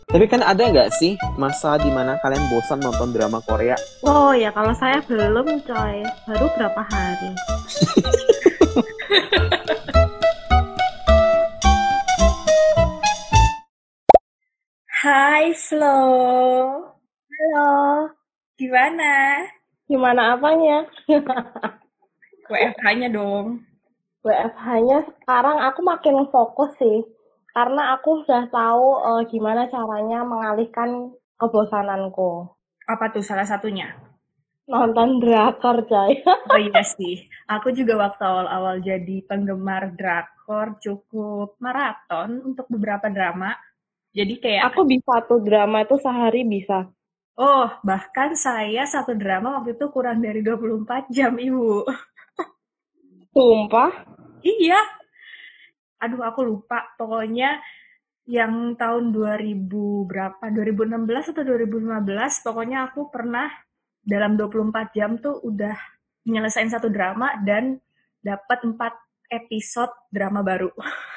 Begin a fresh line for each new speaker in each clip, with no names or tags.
Tapi kan ada nggak sih masa dimana kalian bosan nonton drama Korea?
Oh ya, kalau saya belum coy, baru berapa hari.
Hai Flo,
Halo,
gimana?
gimana apanya?
WFH-nya dong.
WFH-nya sekarang aku makin fokus sih, karena aku sudah tahu gimana caranya mengalihkan kebosananku.
Apa tuh salah satunya?
Nonton drakor coy.
Oh iya sih, aku juga waktu awal-awal jadi penggemar drakor cukup maraton untuk beberapa drama. Jadi kayak,
Aku bisa tuh drama itu sehari bisa.
oh bahkan saya satu drama waktu itu kurang dari 24 jam, Ibu.
Sumpah,
Iya, aduh aku lupa. Pokoknya yang tahun 2000 berapa, 2016 atau 2015, pokoknya aku pernah dalam 24 jam tuh udah nyelesain satu drama dan dapat 4 episode drama baru.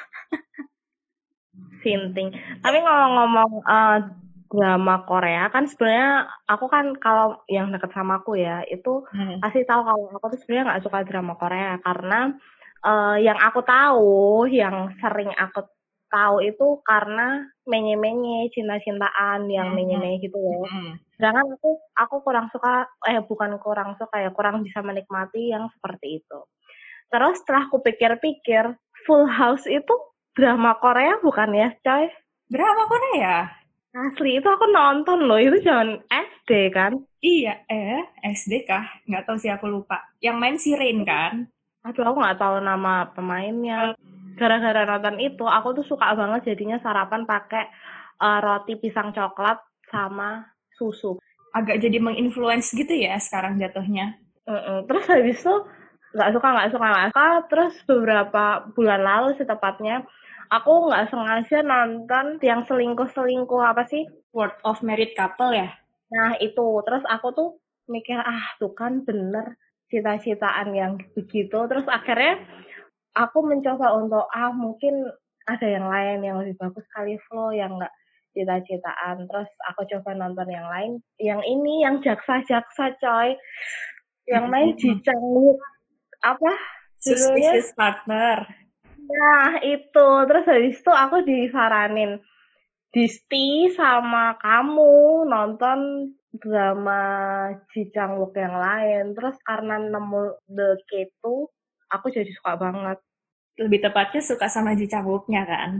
sinting. Tapi ngomong-ngomong drama Korea kan sebenarnya aku kan kalau yang deket sama aku ya itu pasti tahu kalau aku tuh sebenarnya nggak suka drama Korea karena yang aku tahu, yang sering aku tahu itu karena menye-menye, cinta-cintaan yang menye-menye gitu loh. Sedangkan aku kurang suka, bukan kurang suka ya, kurang bisa menikmati yang seperti itu. Terus setelah aku pikir-pikir, Full House itu drama Korea bukan ya, coy?
Drama Korea?
Asli, itu aku nonton loh, itu zaman SD kan?
Iya, SD kah? Nggak tahu sih, aku lupa. Yang main si Rain kan?
Aduh, aku nggak tahu nama pemainnya. Gara-gara nonton itu, aku tuh suka banget jadinya sarapan pakai roti pisang coklat sama susu.
Agak jadi menginfluence gitu ya sekarang jatuhnya.
Terus habis itu nggak suka. Terus beberapa bulan lalu sih tepatnya, aku nggak sengaja nonton yang selingkuh apa sih?
World of Married Couple ya?
Nah itu, terus aku tuh mikir, tuh kan bener cita-citaan yang begitu. Terus akhirnya aku mencoba untuk, mungkin ada yang lain yang lebih bagus kali Flo, yang nggak cita-citaan. Terus aku coba nonton yang lain, yang ini, yang jaksa-jaksa coy. Yang main Ji Chang-wook, apa judulnya?
Suspicious Partner.
Nah itu, terus habis itu aku disaranin Disti sama kamu nonton drama Ji Chang-wook yang lain. Terus karena nemu The K2, aku jadi suka banget.
Lebih tepatnya suka sama Ji Chang-wooknya kan?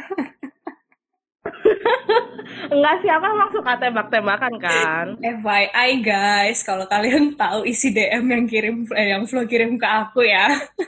Enggak sih, aku emang suka tembak-tembakan kan.
FYI guys, kalau kalian tahu isi DM yang Flo kirim ke aku ya.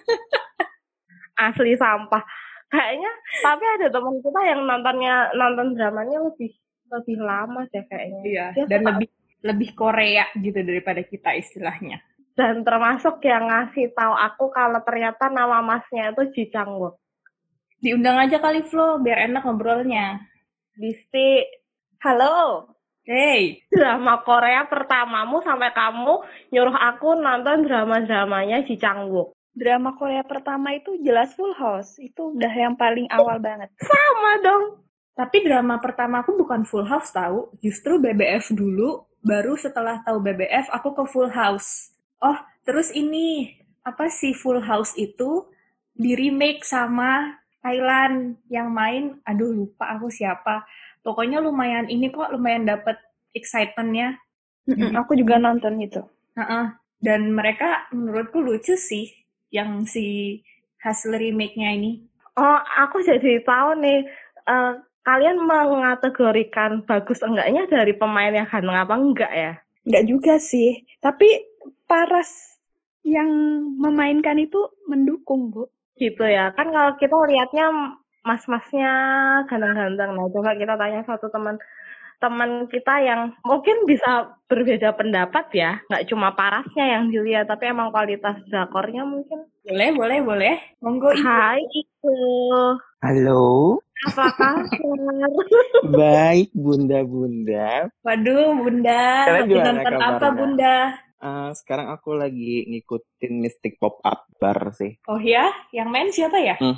Asli sampah. Kayaknya, tapi ada teman kita yang nonton dramanya lebih lama deh kayaknya.
Iya,
Dia
dan
suka
lebih Korea gitu daripada kita istilahnya.
dan termasuk yang ngasih tahu aku kalau ternyata nama masnya itu Ji Chang-wook.
Diundang aja kali Flo, biar enak ngobrolnya.
Disti, halo.
Hey,
Drama Korea pertamamu sampai kamu nyuruh aku nonton drama-dramanya Ji Chang-wook.
Drama Korea pertama itu jelas Full House. Itu udah yang paling awal banget.
Sama dong.
tapi drama pertama aku bukan Full House tahu, justru BBF dulu, baru setelah tahu BBF aku ke Full House. Oh, terus ini, apa sih Full House itu di remake sama Thailand yang main, aduh lupa aku siapa. Pokoknya lumayan ini kok, lumayan dapet excitement-nya.
Aku juga nonton itu.
Dan mereka menurutku lucu sih, yang si hasil remake-nya ini.
Oh, aku jadi tahu nih, kalian mengategorikan bagus enggaknya dari pemain yang ganteng apa enggak ya?
Enggak juga sih. Tapi Paras yang memainkan itu mendukung, Bu.
Gitu ya. Kan kalau kita lihatnya mas-masnya ganteng-ganteng. Nah, coba kita tanya satu teman kita yang mungkin bisa berbeda pendapat ya. Nggak cuma parasnya yang dilihat, tapi emang kualitas drakornya mungkin.
Boleh. Monggo Ibu.
Hai, Iku.
Halo,
Apa kabar?
baik Bunda-Bunda.
Waduh, Bunda.
Kalian
Lagi
gimana
nonton apa,
kabarnya?
Bunda?
Sekarang aku lagi ngikutin Mystic Pop-Up Bar sih.
Oh ya? Yang main siapa ya?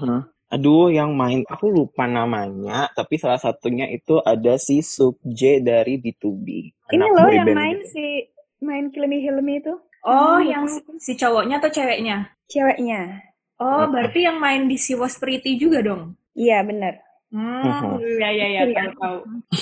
Aduh, yang main aku lupa namanya, tapi salah satunya itu ada si Subje dari B2B,
Ini
anak
loh yang
boyband
main
gitu.
si main Hilmi Hilmi itu.
Oh,
Namanya
yang
lupa aku.
si cowoknya atau ceweknya?
Ceweknya.
Oh,
Mm-mm.
berarti yang main di She Was Pretty juga dong?
Iya bener.
Mhm.
Iya, iya, iya,
Itu ya.
tahu-tahu.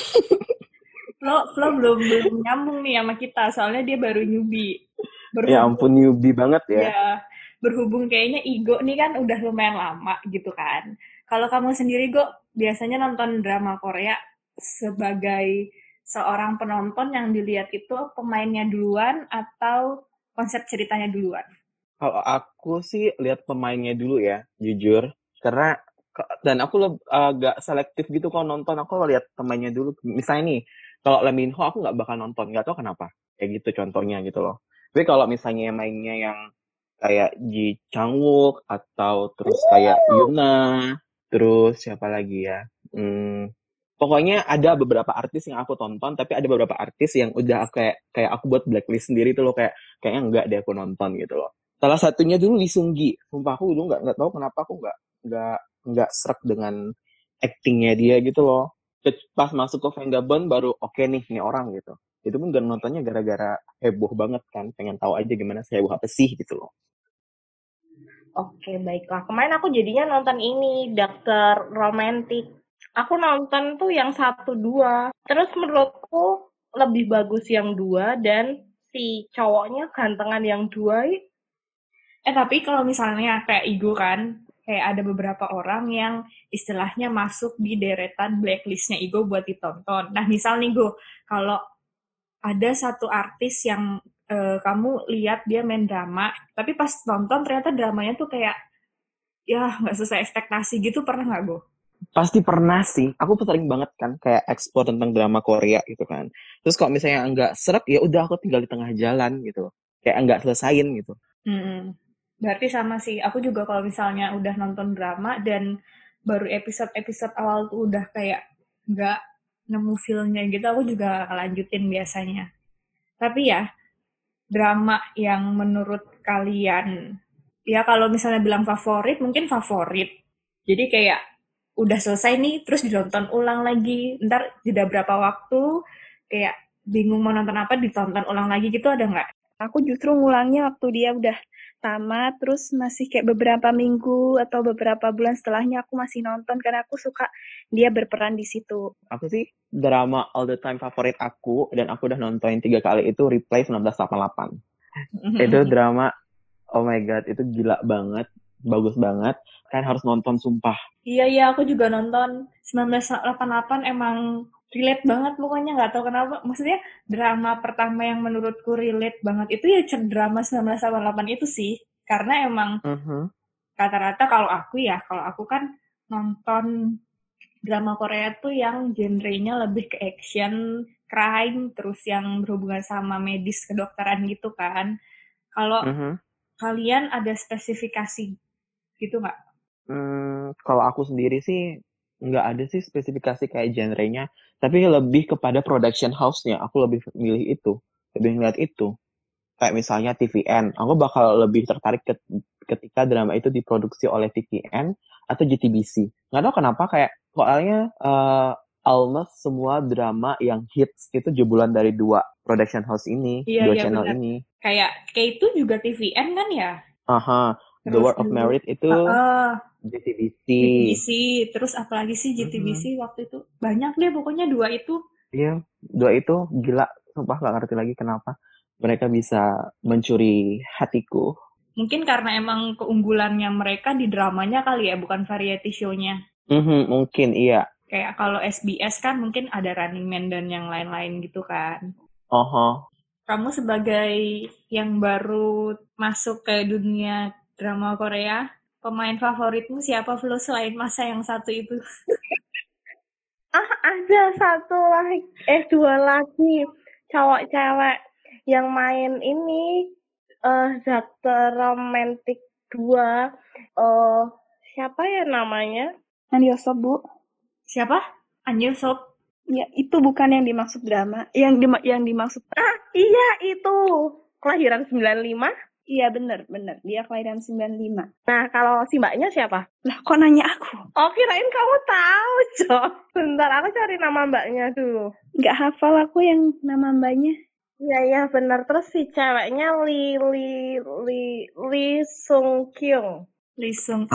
Flo belum nyambung nih sama kita, soalnya dia baru newbie.
Ya
Berhubung
ampun, newbie banget ya.
ya, berhubung kayaknya Igo nih kan udah lumayan lama gitu kan. Kalau kamu sendiri, Go, biasanya nonton drama Korea sebagai seorang penonton yang dilihat itu pemainnya duluan atau konsep ceritanya duluan?
Kalau aku sih lihat pemainnya dulu ya, jujur. Karena dan aku agak selektif gitu kalau nonton. Aku lihat pemainnya dulu. Misalnya nih, kalau Lee Min Ho aku nggak bakal nonton, nggak tahu kenapa. Kayak gitu contohnya gitu loh. Tapi kalau misalnya mainnya yang kayak Ji Chang Wook atau terus kayak Yuna, terus siapa lagi ya? Pokoknya ada beberapa artis yang aku tonton, tapi ada beberapa artis yang udah kayak aku buat blacklist sendiri tuh loh, kayaknya enggak deh aku nonton gitu loh. Salah satunya dulu Lee Seung Gi. Sumpah aku dulu nggak tahu kenapa aku nggak serak dengan actingnya dia gitu loh. Pas masuk ke Vagabond baru oke nih ini orang gitu. Itu pun gak nontonnya gara-gara heboh banget kan, pengen tahu aja gimana sih, heboh apa sih gitu loh.
Oke, baiklah. Kemarin aku jadinya nonton ini, Dokter Romantik. Aku nonton tuh yang 1, 2. Terus menurutku lebih bagus yang 2 dan si cowoknya gantengan yang 2.
Tapi kalau misalnya kayak Igo kan, kayak ada beberapa orang yang istilahnya masuk di deretan blacklistnya Igo buat ditonton. Nah, misal nih Go, kalau ada satu artis yang kamu lihat dia main drama, tapi pas nonton ternyata dramanya tuh kayak ya nggak sesuai ekspektasi gitu, pernah nggak Go?
Pasti pernah sih. Aku tuh sering banget kan kayak explore tentang drama Korea gitu kan. Terus kalau misalnya nggak serak ya udah aku tinggal di tengah jalan gitu. Kayak nggak selesain gitu.
Hmm, berarti sama sih. Aku juga kalau misalnya udah nonton drama dan baru episode-episode awal tuh udah kayak nggak nemu feel-nya gitu, aku juga lanjutin biasanya. Tapi ya, drama yang menurut kalian, ya kalau misalnya bilang favorit, mungkin favorit. Jadi kayak udah selesai nih, terus ditonton ulang lagi. Ntar jeda berapa waktu, kayak bingung mau nonton apa, ditonton ulang lagi gitu ada nggak?
Aku justru ngulangnya waktu dia udah tamat, terus masih kayak beberapa minggu atau beberapa bulan setelahnya aku masih nonton karena aku suka dia berperan di situ.
Aku sih drama all the time favorit aku dan aku udah nontonin 3 kali itu Replay 1988. Itu drama, oh my god, itu gila banget, bagus banget. Kalian harus nonton sumpah.
Iya, aku juga nonton 1988 emang relate banget pokoknya nggak tahu kenapa. Maksudnya drama pertama yang menurutku relate banget itu ya drama 1988 itu sih. Karena emang
Mhm.
rata-rata kalau aku kan nonton drama Korea tuh yang genrenya lebih ke action, crime, terus yang berhubungan sama medis kedokteran gitu kan. Kalau
Mhm.
kalian ada spesifikasi gitu nggak?
Kalau aku sendiri sih nggak ada sih spesifikasi kayak genrenya, tapi lebih kepada production house-nya. Aku lebih milih itu, lebih ngeliat itu. Kayak misalnya TVN, aku bakal lebih tertarik ketika drama itu diproduksi oleh TVN atau JTBC. Nggak tahu kenapa, kayak soalnya almost semua drama yang hits itu jebolan dari dua production house ini,
Iya,
dua
iya
channel
benar.
ini.
Kayak itu juga TVN kan ya?
Aha, The
Terus
War of
dulu,
Merit itu
heeh,
JTBC.
JTBC, terus apalagi sih JTBC
Mhm.
waktu itu? Banyak deh pokoknya dua itu.
Iya, dua itu gila, sumpah nggak ngerti lagi kenapa mereka bisa mencuri hatiku.
Mungkin karena emang keunggulannya mereka di dramanya kali ya, bukan variety show-nya.
Mungkin iya.
Kayak kalau SBS kan mungkin ada Running Man dan yang lain-lain gitu kan.
Oho.
Kamu sebagai yang baru masuk ke dunia drama Korea, pemain favoritmu siapa Flo selain masa yang satu itu?
Ada 2 lagi cowok cewek yang main ini Dokter Romantik 2. Siapa ya namanya?
Nandiosop, Bu.
Siapa? Anjir Sob.
Ya, itu bukan yang dimaksud drama. Yang dimaksud
Iya itu. Kelahiran 95.
Iya bener. Dia kelahiran 95.
Nah, kalau si mbaknya siapa?
Lah kok nanya aku?
Oh, kirain kamu tahu, Cok. Bentar, aku cari nama mbaknya dulu.
Nggak hafal aku yang nama mbaknya.
Iya, benar. Terus si ceweknya Lee Sung Kyung.
Lisung.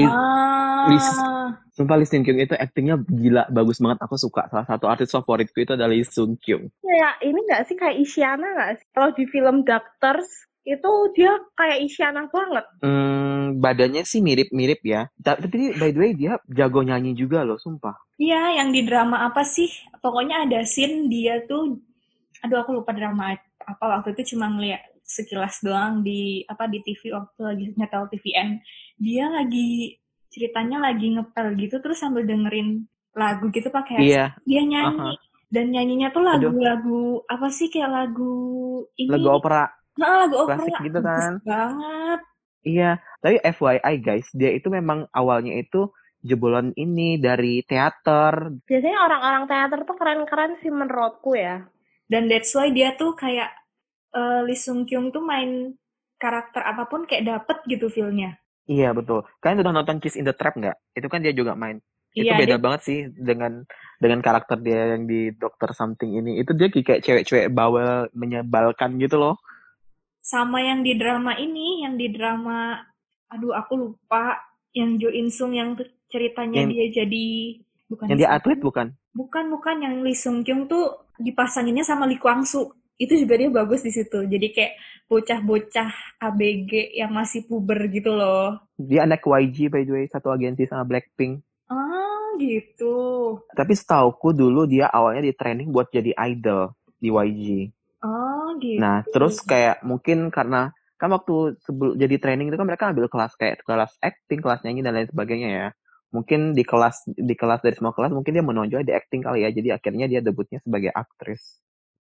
Sumpah Lee Sung Kyung itu aktingnya gila, bagus banget. Aku suka. Salah satu artis favoritku itu adalah Lee Sung Kyung.
Kayak ini nggak sih, kayak Isyana nggak sih? Kalau di film Doctors itu dia kayak Isyana banget.
Badannya sih mirip-mirip ya. Tapi by the way dia jago nyanyi juga loh, sumpah.
Iya, yang di drama apa sih? Pokoknya ada scene dia tuh, aduh aku lupa drama apa, waktu itu cuma ngeliat sekilas doang di TV waktu lagi nyetel TVN. Dia ceritanya lagi ngepel gitu terus sambil dengerin lagu gitu pakai headset. Dia nyanyi. Dan nyanyinya tuh lagu-lagu apa sih, kayak lagu ini.
Lagu opera.
Nah, lagu opera.
Klasik gitu kan.
Bagus banget.
Iya, tapi FYI guys, dia itu memang awalnya itu jebolan ini dari teater.
Biasanya orang-orang teater tuh keren-keren sih menurutku ya.
Dan that's why dia tuh kayak Lee Sung Kyung tuh main karakter apapun kayak dapet gitu feel-nya.
Iya betul. Kalian udah nonton Kiss in the Trap nggak? Itu kan dia juga main. Itu beda banget sih dengan karakter dia yang di Doctor Something ini. Itu dia kayak cewek-cewek bawel menyebalkan gitu loh.
Sama yang di drama ini, aduh aku lupa, yang Jo In Sung yang ceritanya dia jadi bukan
yang dia atlet bukan?
Bukan, yang Lee Sung Kyung tuh dipasanginnya sama Lee Kwang Soo. Itu juga dia bagus di situ. Jadi kayak bocah-bocah ABG yang masih puber gitu loh.
Dia anak YG by the way, satu agensi sama Blackpink.
Gitu.
Tapi setauku dulu dia awalnya di training buat jadi idol di YG.
Gitu.
Nah, terus kayak mungkin karena kan waktu sebelum jadi training itu kan mereka ambil kelas kayak kelas acting, kelas nyanyi dan lain sebagainya ya. Mungkin di kelas dari semua kelas mungkin dia menonjol di acting kali ya. Jadi akhirnya dia debutnya sebagai aktris.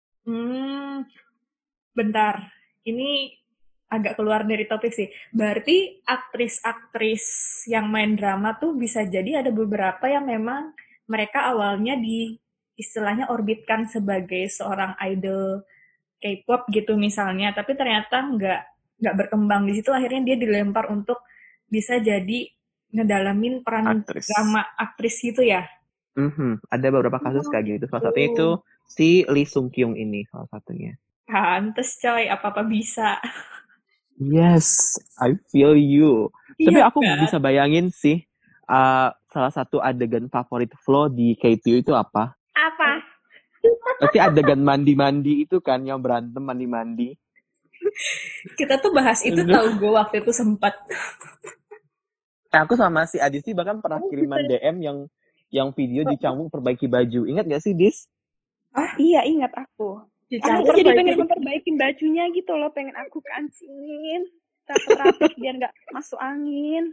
Bentar. Ini agak keluar dari topik sih. Berarti aktris-aktris yang main drama tuh bisa jadi ada beberapa yang memang mereka awalnya istilahnya orbitkan sebagai seorang idol K-pop gitu misalnya, tapi ternyata nggak berkembang di situ. Akhirnya dia dilempar untuk bisa jadi ngedalamin peran drama aktris gitu ya.
Ada beberapa kasus kayak gitu. Salah satunya itu si Lee Sung Kyung ini salah satunya.
Pantes coy, apa-apa bisa.
Yes, I feel you. Tapi aku bisa bayangin sih, salah satu adegan favorit Flo di K2 itu apa?
Apa?
Pasti adegan mandi-mandi itu kan, yang berantem mandi-mandi.
Kita tuh bahas itu tahu gue waktu itu sempat.
Aku sama si Adisti bahkan pernah kiriman DM yang video dicambuk perbaiki baju. Ingat gak sih, Dis?
Iya, ingat aku. Aku jadi pengen memperbaikin bajunya gitu loh, pengen aku kancingin rapi biar nggak masuk angin.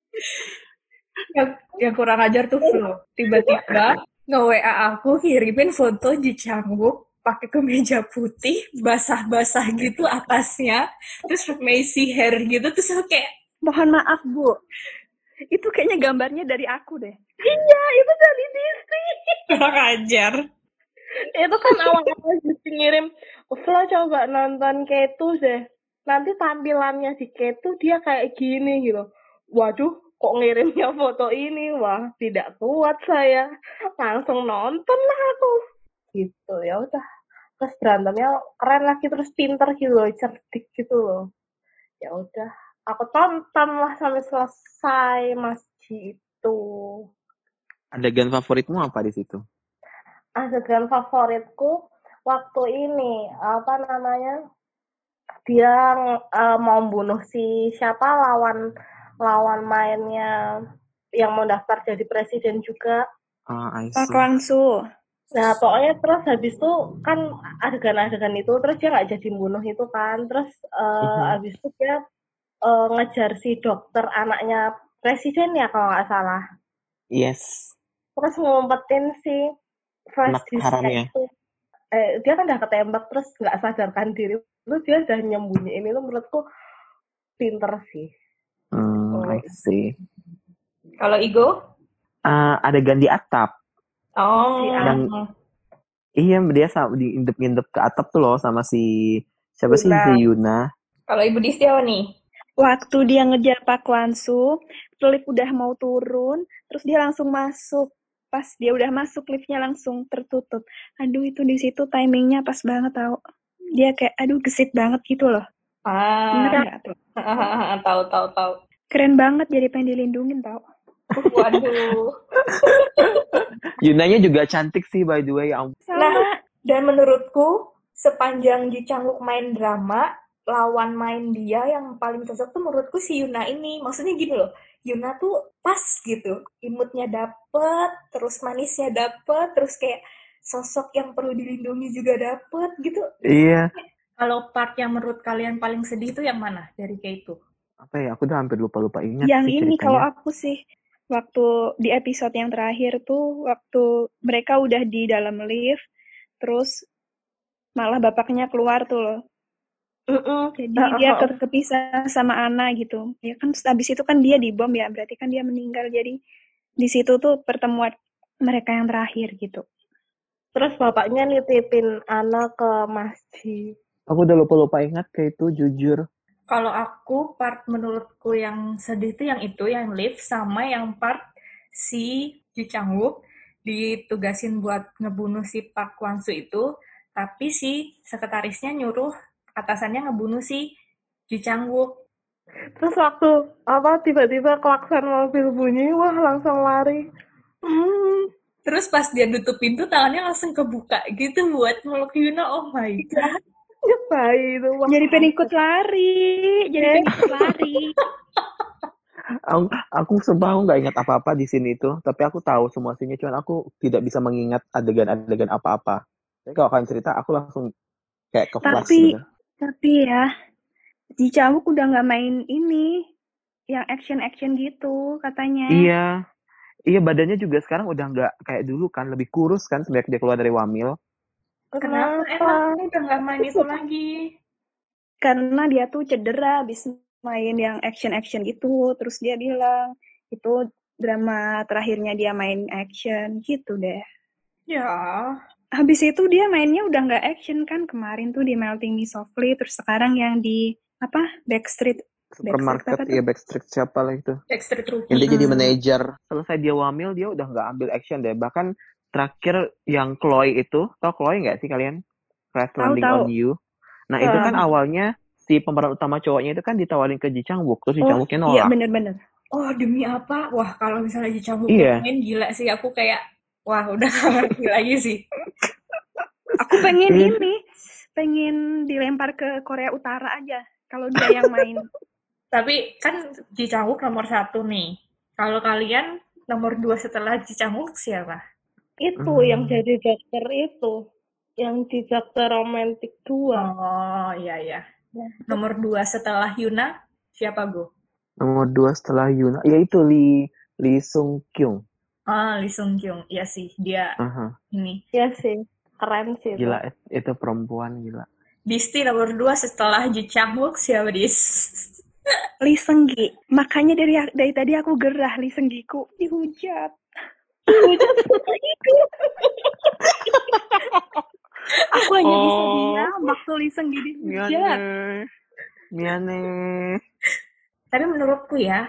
Yang kurang ajar tuh Flo, tiba-tiba nge-WA aku ngirimin foto dicambuk pakai kemeja putih basah-basah gitu atasnya, terus messy hair gitu, terus aku kayak
mohon maaf Bu, itu kayaknya gambarnya dari aku deh.
Iya, itu dari Disti.
Kurang ajar.
Itu kan awal-awal Disti ngirim, Flo coba nonton K2 deh, nanti tampilannya si K2 dia kayak gini gitu. Waduh, kok ngirimnya foto ini? Wah, tidak kuat saya, langsung nonton lah aku gitu. Ya udah, terus berantemnya keren lagi, terus pinter gitu loh, cerdik gitu loh. Ya udah, aku tonton lah sampai selesai Mas Ji itu.
Adegan favoritmu apa di situ?
Adegan favoritku waktu ini apa namanya, dia mau bunuh si siapa lawan mainnya yang mau daftar jadi presiden juga.
Pak Kwang Soo.
Nah pokoknya terus habis itu kan adegan-adegan itu terus dia nggak jadi bunuh itu kan, terus habis itu dia ngejar si dokter anaknya presiden ya kalau nggak salah.
Yes.
Terus ngumpetin si
anak haramnya.
Dia kan udah ketembak terus nggak sadarkan diri, terus dia udah nyembunyiin itu. Menurutku pinter sih.
I see.
Kalau Igo?
Adegan di atap. Iya, dia diintip-intip ke atap tuh loh sama si siapa sih, si Yuna.
Kalau Ibu Disti apa nih?
Waktu dia ngejar Pak Kwansu, lift udah mau turun, terus dia langsung masuk. Pas dia udah masuk, liftnya langsung tertutup. Aduh, itu di situ timingnya pas banget tau. Dia kayak, aduh gesit banget gitu loh. Bener nggak tuh?
Tahu.
Keren banget, jadi pengen dilindungin tau.
Waduh.
Yunanya juga cantik sih by the way.
Nah, dan menurutku sepanjang Ji Chang-wook main drama, lawan main dia yang paling cocok tuh menurutku si Yuna ini. Maksudnya gini loh, Yuna tuh pas gitu. Imutnya dapet, terus manisnya dapet, terus kayak sosok yang perlu dilindungi juga dapet gitu.
Iya.
Kalau part yang menurut kalian paling sedih tuh yang mana dari kayak itu?
Apa ya, aku udah hampir lupa ingat
yang
sih
ini
ceritanya.
kalau aku sih, waktu di episode yang terakhir tuh, waktu mereka udah di dalam lift, terus malah bapaknya keluar tuh loh. Jadi dia kepisah sama Ana gitu. Ya kan habis itu kan dia dibom ya, berarti kan dia meninggal. Jadi di situ tuh pertemuan mereka yang terakhir gitu.
Terus bapaknya nitipin Ana ke masjid.
Aku udah lupa ingat kayak itu, jujur.
Kalau aku, part menurutku yang sedih tuh yang itu, yang lift, sama yang part si Ji Chang-wook ditugasin buat ngebunuh si Park Kwon-soo itu, tapi si sekretarisnya nyuruh atasannya ngebunuh si Ji Chang-wook.
Terus waktu tiba-tiba klakson mobil bunyi, wah langsung lari.
Terus pas dia tutup pintu, tangannya langsung kebuka gitu buat meluk Yuna. Oh my god.
Ya bayi itu. Wah,
jadi penikut lari.
Aku sumpah aku nggak ingat apa-apa di sini itu, tapi aku tahu semua scene-nya, cuman aku tidak bisa mengingat adegan-adegan apa-apa. Jadi kalau kalian cerita, aku langsung kayak ke flash gitu.
Tapi ya, Ji Chang-wook udah nggak main ini, yang action gitu katanya.
Iya, badannya juga sekarang udah nggak kayak dulu kan, lebih kurus kan semenjak dia keluar dari Wamil.
Kenapa emang udah nggak main itu lagi?
Karena dia tuh cedera habis main yang action gitu, terus dia bilang itu drama terakhirnya dia main action gitu deh.
Ya.
Habis itu dia mainnya udah nggak action kan, kemarin tuh di Melting Me Softly, terus sekarang yang di Backstreet
Supermarket, iya Backstreet siapa lah itu.
Backstreet Rookie.
Yang dia jadi manajer. Selesai dia Wamil, dia udah nggak ambil action deh. Bahkan terakhir yang Chloe itu, tau Chloe nggak sih kalian? Crash Landing on You. Nah itu kan awalnya si pemeran utama cowoknya itu kan ditawarin ke Ji Chang-wook, terus Ji Chang-wooknya nolak.
Iya bener-bener.
Oh demi apa? Wah kalau misalnya Ji Chang-wook main gila sih, aku kayak wah udah gak ngerti lagi sih.
Aku pengen dilempar ke Korea Utara aja kalau dia yang main.
Tapi kan Ji Chang-wook nomor 1 nih. Kalau kalian nomor 2 setelah Ji Chang-wook siapa?
Itu yang jadi dokter itu. Yang di Dokter Romantik 2.
Oh iya. Nomor 2 setelah Yuna siapa Go?
Nomor 2 setelah Yuna, yaitu Lee Sung Kyung.
Lee Sung Kyung. Iya sih, dia ini.
Iya sih, keren sih.
Gila, itu perempuan gila.
Disti nomor 2 setelah Ji Chang-wook siapa Dis?
Lee Seung-gi. Makanya dari tadi aku gerah Lee Seung-giku dihujat. Aku hanya bisa diam waktu Lee Seung-gi dihujat.
Miane.
Tapi menurutku ya,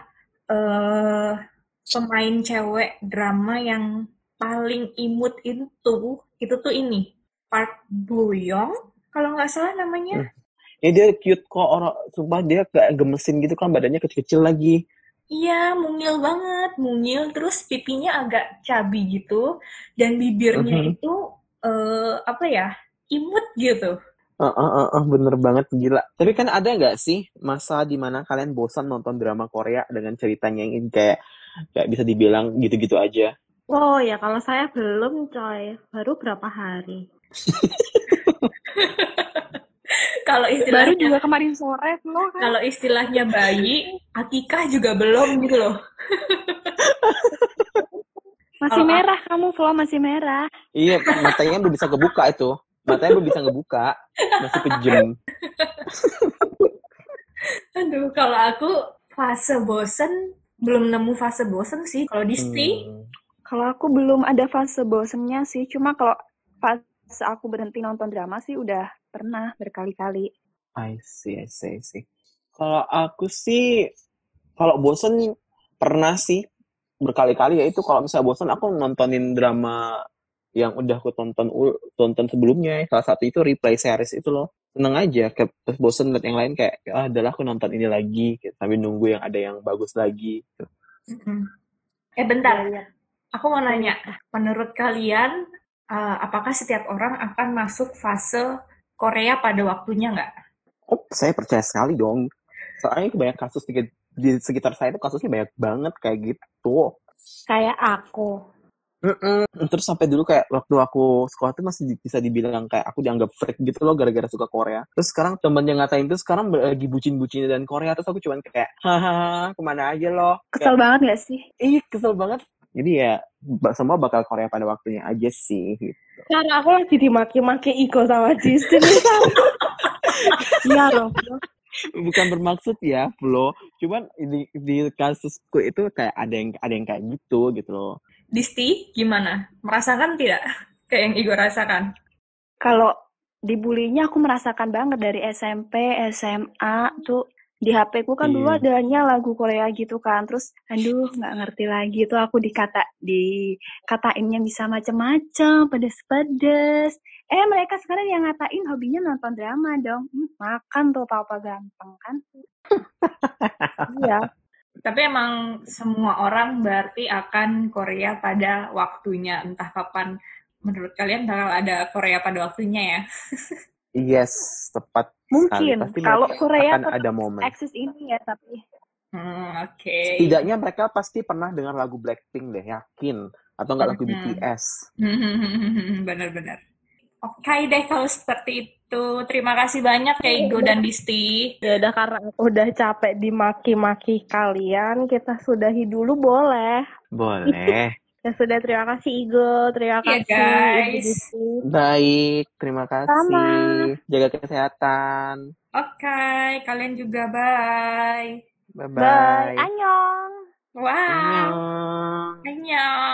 pemain cewek drama yang paling imut itu tuh ini Park Bo-young kalau nggak salah namanya.
Ini dia cute kok, orang sumpah dia kayak gemesin gitu kan, badannya kecil-kecil lagi.
Iya, mungil banget, terus pipinya agak cabi gitu dan bibirnya itu imut gitu.
Bener banget, gila. Tapi kan ada nggak sih masa dimana kalian bosan nonton drama Korea dengan ceritanya yang kayak bisa dibilang gitu-gitu aja?
Oh ya, kalau saya belum coy, baru berapa hari.
Kalau istilahnya
baru juga kemarin sore loh kan.
Kalau istilahnya bayi, akikah juga belum gitu loh.
Masih merah kamu, Flo, masih merah.
Iya, matanya belum bisa kebuka itu. Matanya belum bisa ngebuka, masih kejem.
Aduh, kalau aku fase bosen, belum nemu fase bosen sih. Kalau Disti?
Kalau aku belum ada fase bosennya sih, cuma kalau fase aku berhenti nonton drama sih udah pernah berkali-kali.
I see. Kalau aku sih, kalau bosen pernah sih berkali-kali ya itu kalau misalnya bosen aku nontonin drama yang udah aku tonton sebelumnya. Salah satu itu replay series itu loh. Seneng aja, kayak pas bosen liat yang lain kayak, adalah aku nonton ini lagi, gitu, sambil nunggu yang ada yang bagus lagi. Gitu.
Bentar,
Iya.
aku mau nanya, menurut kalian apakah setiap orang akan masuk fase Korea pada waktunya nggak?
Oh, saya percaya sekali dong. Soalnya banyak kasus di sekitar saya itu kasusnya banyak banget kayak gitu.
Kayak aku.
Terus sampai dulu kayak waktu aku sekolah tuh masih bisa dibilang kayak aku dianggap freak gitu loh gara-gara suka Korea. Terus sekarang temen yang ngatain tuh sekarang lagi bucin-bucinnya dan Korea. Terus aku cuman kayak, hahaha, kemana aja loh.
Kesel
Kayak,
banget gak sih?
kesel banget. Jadi ya semua bakal Korea pada waktunya aja sih. Gitu.
Karena aku lagi dimaki-maki Iko sama Justin. Iya loh.
Bukan bermaksud ya, Flo. Cuman di kasusku itu kayak ada yang kayak gitu loh.
Disti, gimana? Merasakan tidak? Kayak yang Igor rasakan?
Kalau dibulinya aku merasakan banget dari SMP, SMA tuh di HP ku kan dulu adanya lagu Korea gitu kan, terus aduh nggak ngerti lagi tuh aku dikatainnya bisa macem-macem, pedes-pedes. Mereka sekarang yang ngatain hobinya nonton drama dong. Makan tuh papa gampang kan.
Iya.
Tapi emang semua orang berarti akan Korea pada waktunya. Entah kapan menurut kalian bakal ada Korea pada waktunya ya?
Yes, tepat.
Mungkin
Pasti
kalau Korea
akan ada momen.
eksis ini ya, tapi
Oke.
Setidaknya mereka pasti pernah dengar lagu Blackpink deh, yakin. Atau enggak lagu BTS.
Benar-benar. Oke deh kalau seperti itu. Terima kasih banyak ya Igo dan Disti.
Ya udah, karena aku udah capek dimaki-maki kalian, kita sudahi dulu boleh?
Boleh.
Ya sudah, terima kasih Igo, terima
Iya,
kasih
guys.
Ibu Disti.
Baik, terima kasih.
Sama.
Jaga kesehatan.
Oke, kalian juga bye.
Bye-bye.
Annyeong.
Wow.
Annyeong.
Annyeong.